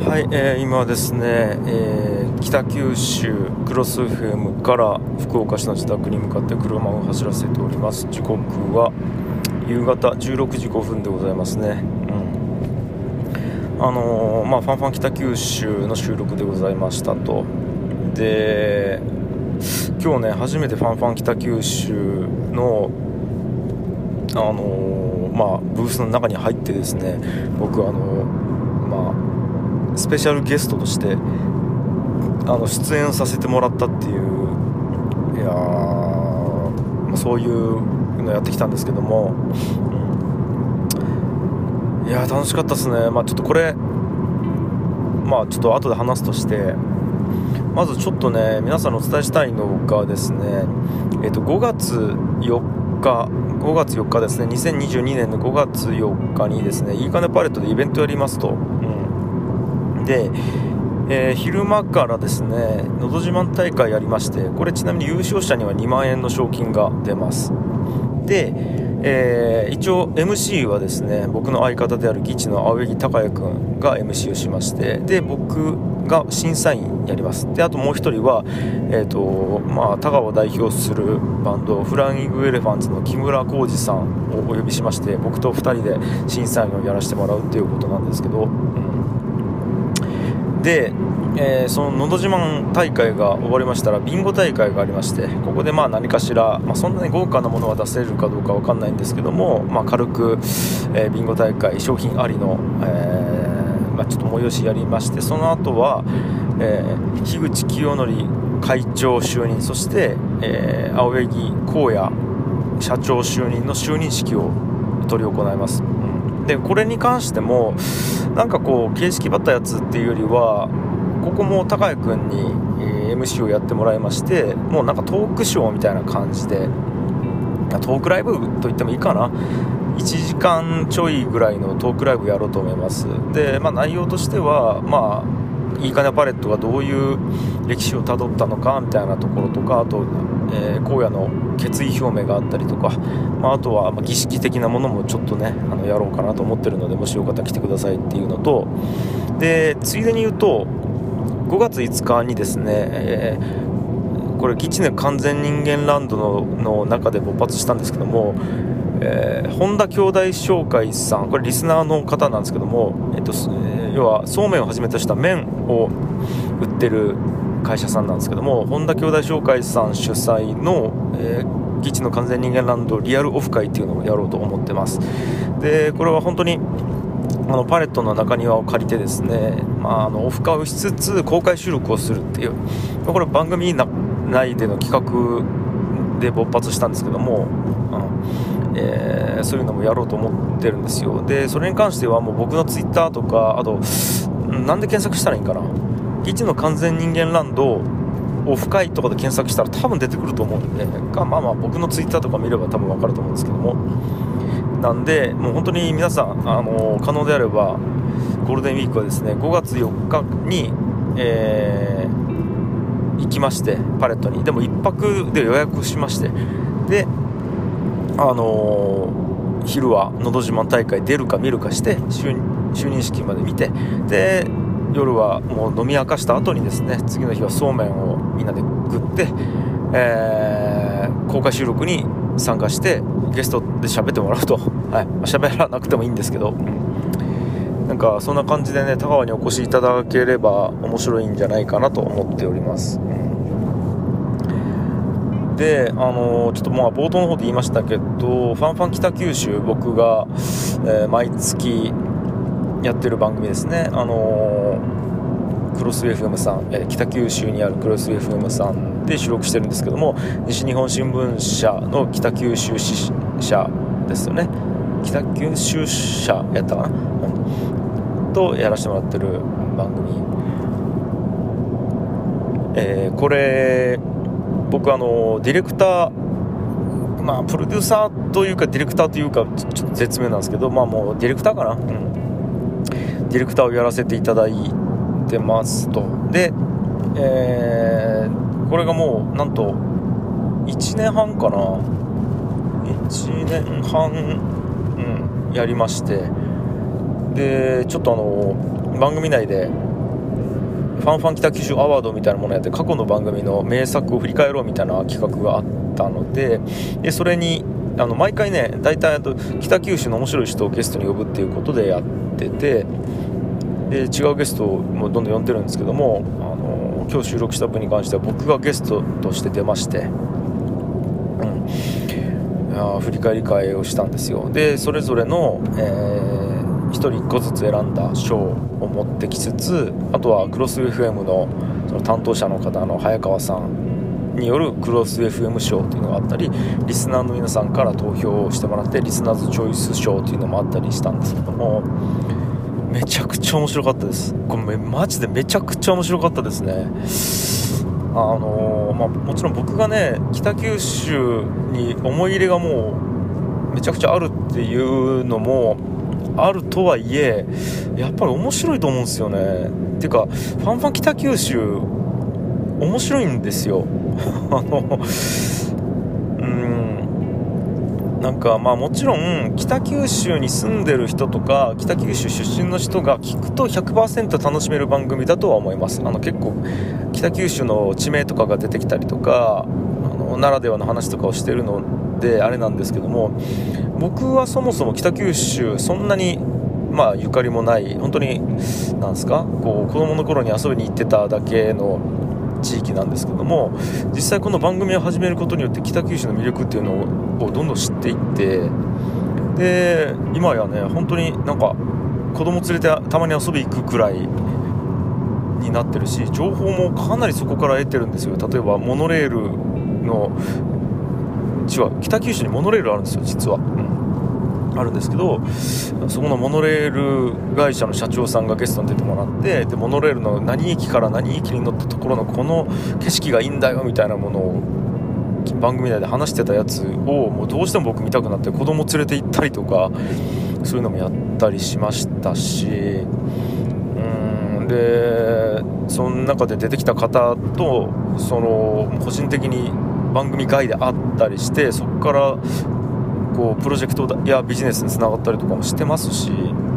はい、今はですね、北九州クロス FM から福岡市の自宅に向かって車を走らせております。時刻は夕方16時5分でございますね。ファンファン北九州の収録でございましたと。で、今日ね初めてファンファン北九州のブースの中に入ってですね、僕スペシャルゲストとして出演させてもらったっていう、そういうのやってきたんですけども、楽しかったですね。ちょっとこれちょっと後で話すとして、まずちょっとね皆さんにお伝えしたいのがですね、5月4日ですね、2022年の5月4日にですね、いいかねパレットでイベントやりますと。で、昼間からですねのど自慢大会やりまして、これちなみに優勝者には2万円の賞金が出ます。で、一応 MC はですね僕の相方であるギチの青柳孝也君が MC をしまして、で僕が審査員やります。であともう一人は、田川を代表するバンドフライングエレファンツの木村浩二さんをお呼びしまして、僕と2人で審査員をやらせてもらうということなんですけど、で、そののど自慢大会が終わりましたらビンゴ大会がありまして、ここで何かしら、そんなに豪華なものは出せるかどうか分かんないんですけども、軽く、ビンゴ大会商品ありの、ちょっと催しやりまして、その後は、樋口清則会長就任、そして、青柳光也社長就任の就任式を執り行います。でこれに関しても形式ばったやつっていうよりは、ここも高谷君に、MC をやってもらいまして、もうトークショーみたいな感じで、トークライブと言ってもいいかな、1時間ちょいぐらいのトークライブやろうと思います。で、内容としてはいいかねパレットがどういう歴史をたどったのかみたいなところとか、あと、荒野の決意表明があったりとか、あとは儀式的なものもちょっとねやろうかなと思ってるので、もしよかったら来てくださいっていうのと、でついでに言うと5月5日にですね、これギチネ完全人間ランド の中で勃発したんですけども、本田兄弟商会さん、これリスナーの方なんですけども、要はそうめんをはじめとした麺を売ってる会社さんなんですけども、本田兄弟商会さん主催の、ギチの完全人間ランドリアルオフ会っていうのをやろうと思ってます。でこれは本当にパレットの中庭を借りてですね、オフ会をしつつ公開収録をするっていう、これ番組内での企画で勃発したんですけども、そういうのもやろうと思ってるんですよ。でそれに関してはもう僕のツイッターとか、あとなんで検索したらいいんかな、ギチの完全人間ランドオフ会とかで検索したら多分出てくると思うんで、僕のツイッターとか見れば多分分かると思うんですけども、なんでもう本当に皆さん可能であればゴールデンウィークはですね5月4日に、行きまして、パレットにでも1泊で予約しまして、で昼はのど自慢大会出るか見るかして就任式まで見て、で夜はもう飲み明かした後にですね、次の日はそうめんをみんなで食って、公開収録に参加してゲストで喋ってもらうと、喋らなくてもいいんですけど、そんな感じでね田川にお越しいただければ面白いんじゃないかなと思っております。でちょっと冒頭の方で言いましたけど、ファンファン北九州、僕が、毎月やってる番組ですね、クロス FM さん、北九州にあるクロス FM さんで収録してるんですけども、西日本新聞社の北九州支社ですよね、北九州社やったかな、とやらせてもらってる番組、これ僕ディレクター、プロデューサーというかディレクターというかちょっと絶妙なんですけど、もうディレクターかな、ディレクターをやらせていただいてますと。で、これがもうなんと1年半かな、1年半、やりまして、でちょっと番組内でファン北九州アワードみたいなものをやって、過去の番組の名作を振り返ろうみたいな企画があったので、それに毎回ね、大体北九州の面白い人をゲストに呼ぶっていうことでやってて、で違うゲストもどんどん呼んでるんですけども、今日収録した分に関しては僕がゲストとして出まして、振り返り会をしたんですよ。でそれぞれの、1人1個ずつ選んだ賞を持ってきつつ、あとはクロス FM のその担当者の方の早川さんによるクロス FM 賞というのがあったり、リスナーの皆さんから投票をしてもらってリスナーズチョイス賞というのもあったりしたんですけども、めちゃくちゃ面白かったです。これマジでめちゃくちゃ面白かったですね。もちろん僕がね、北九州に思い入れがもうめちゃくちゃあるっていうのもあるとはいえ、やっぱり面白いと思うんですよね。っていうかファン北九州面白いんですよ。なんかもちろん北九州に住んでる人とか北九州出身の人が聞くと 100% 楽しめる番組だとは思います。結構北九州の地名とかが出てきたりとかならではの話とかをしているのであれなんですけども、僕はそもそも北九州そんなにゆかりもない、本当になんですか、子供の頃に遊びに行ってただけの地域なんですけども、実際この番組を始めることによって北九州の魅力っていうのをどんどん知っていって、で今やね、本当になんか子供連れてたまに遊び行くくらいになってるし、情報もかなりそこから得てるんですよ。例えばモノレールの北九州にモノレールあるんですよ、実は、あるんですけど、そこのモノレール会社の社長さんがゲストに出てもらって、でモノレールの何駅から何駅に乗ったところのこの景色がいいんだよみたいなものを番組内で話してたやつをもうどうしても僕見たくなって子供連れて行ったりとか、そういうのもやったりしましたし、でその中で出てきた方と個人的に番組外で会ったりして、そこからプロジェクトやビジネスにつながったりとかもしてますし、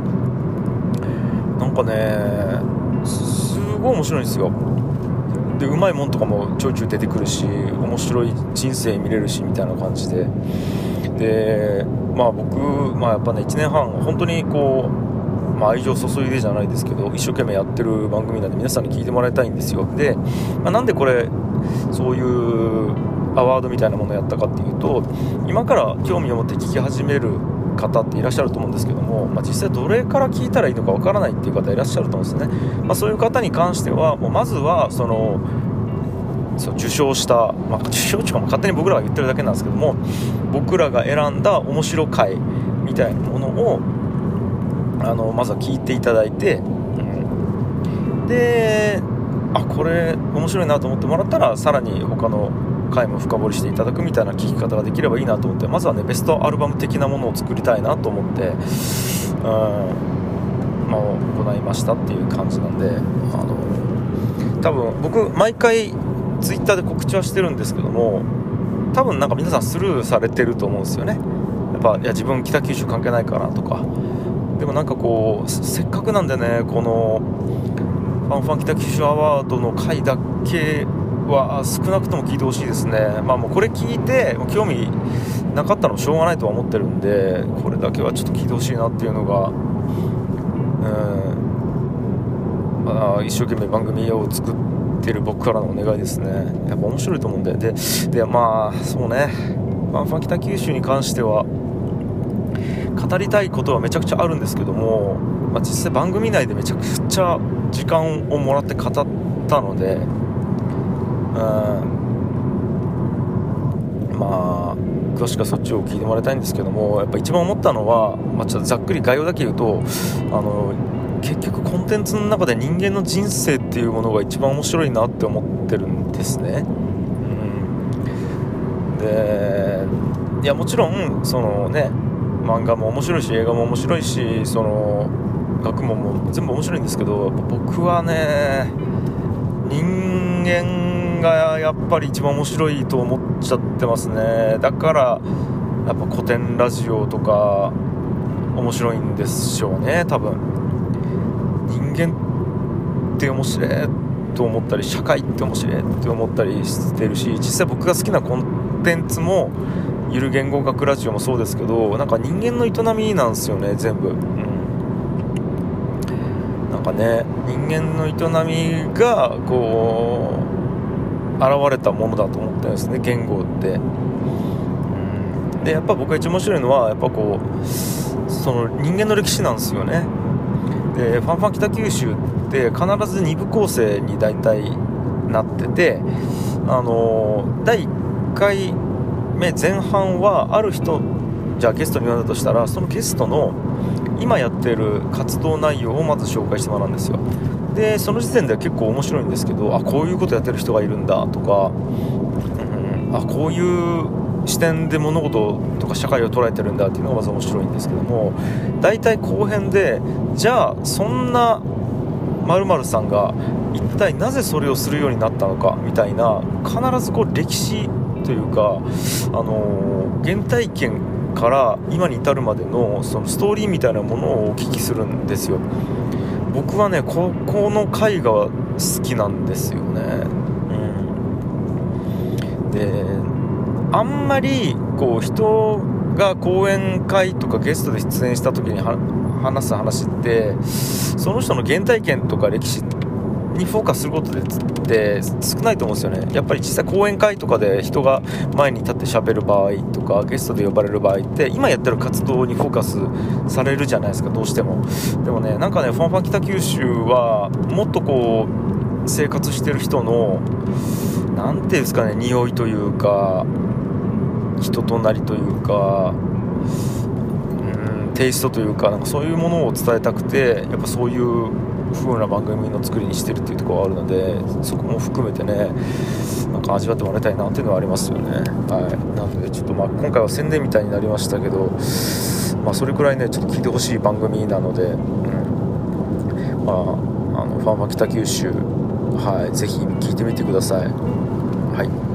なんかねすごい面白いんですよ。でうまいもんとかもちょいちょい出てくるし、面白い人生見れるしみたいな感じで、僕、やっぱね1年半本当に愛情注いでじゃないですけど一生懸命やってる番組なんで皆さんに聞いてもらいたいんですよ。で、なんでこれそういうアワードみたいなものをやったかっていうと、今から興味を持って聞き始める方っていらっしゃると思うんですけども、実際どれから聞いたらいいのかわからないっていう方いらっしゃると思うんですよね。そういう方に関してはまずは受賞した、受賞とかも勝手に僕らが言ってるだけなんですけども、僕らが選んだ面白回みたいなものをまずは聞いていただいて、でこれ面白いなと思ってもらったらさらに他の回も深掘りしていただくみたいな聞き方ができればいいなと思って、まずはねベストアルバム的なものを作りたいなと思って行いましたっていう感じなんで、多分僕毎回ツイッターで告知はしてるんですけども、多分なんか皆さんスルーされてると思うんですよね。やっぱ自分北九州関係ないからとか、でもなんかせっかくなんでね、このファン北九州アワードの回だけは少なくとも聞いてほしいですね。もうこれ聞いて興味なかったのしょうがないとは思ってるんで、これだけはちょっと聞いてほしいなっていうのが、一生懸命番組を作ってる僕からのお願いですね。やっぱ面白いと思うんで、そうね、ファン北九州に関しては語りたいことはめちゃくちゃあるんですけども、実際番組内でめちゃくちゃ時間をもらって語ったので、詳しくはそっちを聞いてもらいたいんですけども、やっぱ一番思ったのは、ちょっとざっくり概要だけ言うと、結局コンテンツの中で人間の人生っていうものが一番面白いなって思ってるんですね。でいやもちろん漫画も面白いし映画も面白いし学問も全部面白いんですけど、僕はね人間がやっぱり一番面白いと思っちゃってますね。だからやっぱ古典ラジオとか面白いんでしょうね。多分人間って面白いっと思ったり、社会って面白いって思ったりしてるし、実際僕が好きなコンテンツもゆる言語学ラジオもそうですけど、なんか人間の営みなんですよね、全部、なんかね、人間の営みがこう現れたものだと思ってるんですね、言語って。でやっぱ僕が一番面白いのはやっぱこうその人間の歴史なんですよね。でファンファン北九州って必ず2部構成に大体なってて、第1回目前半はある人じゃあゲストに呼んだとしたら、そのゲストの今やってる活動内容をまず紹介してもらうんですよ。でその時点では結構面白いんですけど、こういうことやってる人がいるんだとか、こういう視点で物事とか社会を捉えてるんだっていうのがまず面白いんですけども、大体後編でじゃあそんな〇〇さんが一体なぜそれをするようになったのかみたいな、必ずこう歴史というか、原体験から今に至るまでのそのストーリーみたいなものをお聞きするんですよ。僕はねこの回が好きなんですよね。であんまりこう人が講演会とかゲストで出演した時に話す話ってその人の原体験とか歴史にフォーカスすることでって少ないと思うんですよね。やっぱり実際講演会とかで人が前に立って喋る場合とかゲストで呼ばれる場合って今やってる活動にフォーカスされるじゃないですか、どうしても。でもね、なんかねファンファン北九州はもっとこう生活してる人のなんていうんですかね、匂いというか人となりというか、テイストというか、なんかそういうものを伝えたくてやっぱそういう風な番組の作りにしてるっていうところがあるので、そこも含めてねなんか味わってもらいたいなっていうのはありますよね。なのでちょっと今回は宣伝みたいになりましたけど、それくらいねちょっと聞いてほしい番組なので、ファンファン北九州、ぜひ聞いてみてください。